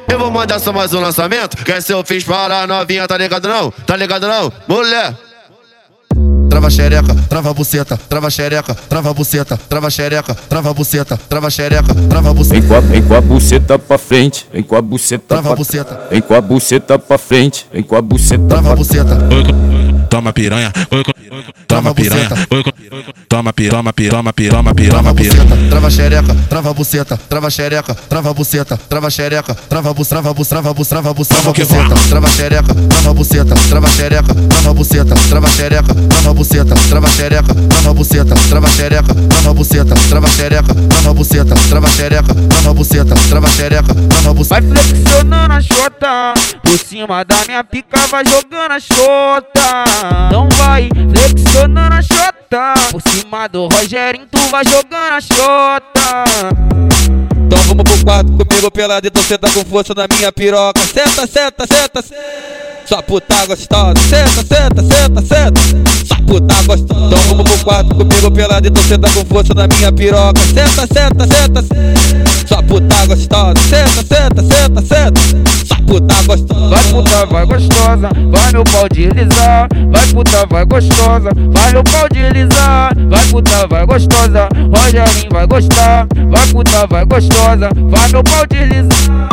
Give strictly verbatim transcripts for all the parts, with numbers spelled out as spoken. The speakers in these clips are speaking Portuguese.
Eu vou mandar só mais um lançamento, que esse eu fiz para a novinha, tá ligado não? Tá ligado não? Mulher! Trava xereca, trava buceta, trava xereca, trava buceta, trava xereca, trava buceta, trava xereca, trava buceta. Vem com a, vem com a buceta pra frente, vem com a buceta trava pra buceta. Vem com a buceta pra frente, vem com a buceta trava buceta. Toma piranha, toma piranha, toma piranha, piranha, piranha, piranha, piranha. Trava xereca, trava buceta, trava xereca, trava buceta, trava xereca, trava bus, trava bus, trava bus, trava bus, trava buceta, trava xereca, trava buceta, trava xereca, trava buceta, trava xereca, trava buceta, trava xereca, trava buceta, trava xereca, trava buceta, trava xereca, trava buceta, trava xereca, trava buceta, trava xereca, trava buceta. Vai flexionando a xota, por cima da minha pica vai jogando a xota. Não vai flexionando a xota, por cima do Rogerinho tu vai jogando a xota. Então vamos pro quarto comigo pelado, então senta com força na minha piroca. Senta, senta, senta, sua puta gostosa. Senta, senta, senta, senta, sua puta gostosa. Então vamos pro quarto comigo pelado, então senta com força na minha piroca. Senta, senta, senta, sua puta gostosa. Senta, senta, senta, senta, sua puta gostosa. Vai puta, vai gostosa, vai meu pau deslizar. Vai puta, vai gostosa, vai meu pau deslizar. Vai puta, vai gostosa, Rogerinho vai gostar. Vai puta, vai gostosa, vai meu pau deslizar.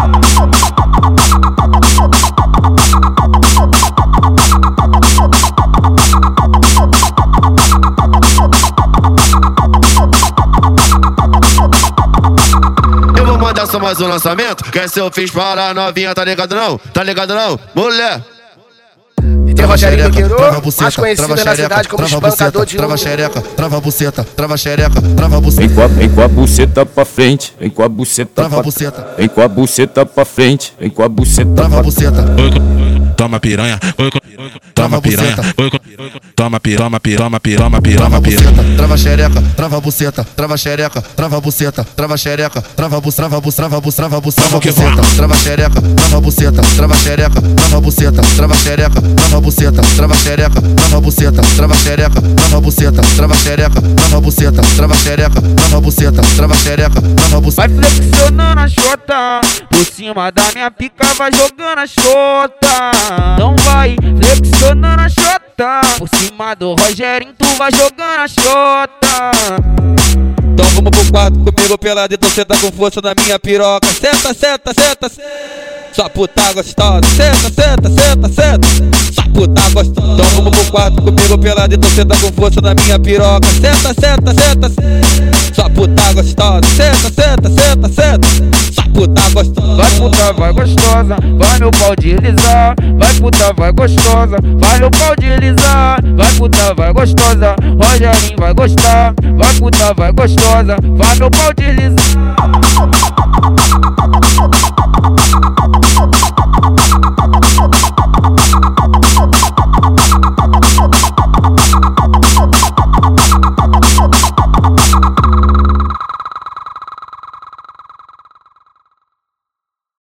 Eu vou mandar só mais um lançamento, que esse eu fiz para a novinha, tá ligado não? Tá ligado não? Mulher! Tem Rogerinho Queiro, buceta, mais conhecido na xereca, cidade como trava espancador buceta, de trava novo. xereca, trava buceta, trava xereca, trava buceta. Vem com a, vem com a buceta pra frente, vem com a buceta trava pra buceta. Vem com a buceta pra frente, vem com a buceta trava buceta. toma piranha, trava toma piranha, toma piranha, piranha, piranha, trava piranha, buceta, trava xereca, trava buceta, trava xereca, trava buceta, trava xereca, trava bus, trava bus, trava bus, trava bus, trava buceta, trava xereca, trava buceta, trava xereca, trava buceta, trava xereca, trava buceta, trava xereca, trava buceta, trava xereca, trava buceta, trava xereca, trava buceta, trava xereca, trava buceta, trava xereca, trava buceta. Vai flexionando a xota, por cima da minha pica vai jogando a xota. Não vai flexionando a xota, por cima do Rogerinho tu vai jogando a xota. Então vamos pro quarto comigo pelado, então senta com força na minha piroca. Senta, senta, senta, sua puta gostosa. Senta, senta, senta, senta, sua puta gostosa. Então vamos pro quarto comigo pelado, então senta com força na minha piroca. Senta, senta, senta, sua puta gostosa. Senta, senta, senta, senta, sua puta gostosa. Vai puta, vai gostosa, vai meu pau deslizar. Vai puta, vai gostosa, vai meu pau deslizar. Vai puta, vai gostosa, Rogerinho vai gostar. Vai puta, vai gostosa, vai meu pau deslizar.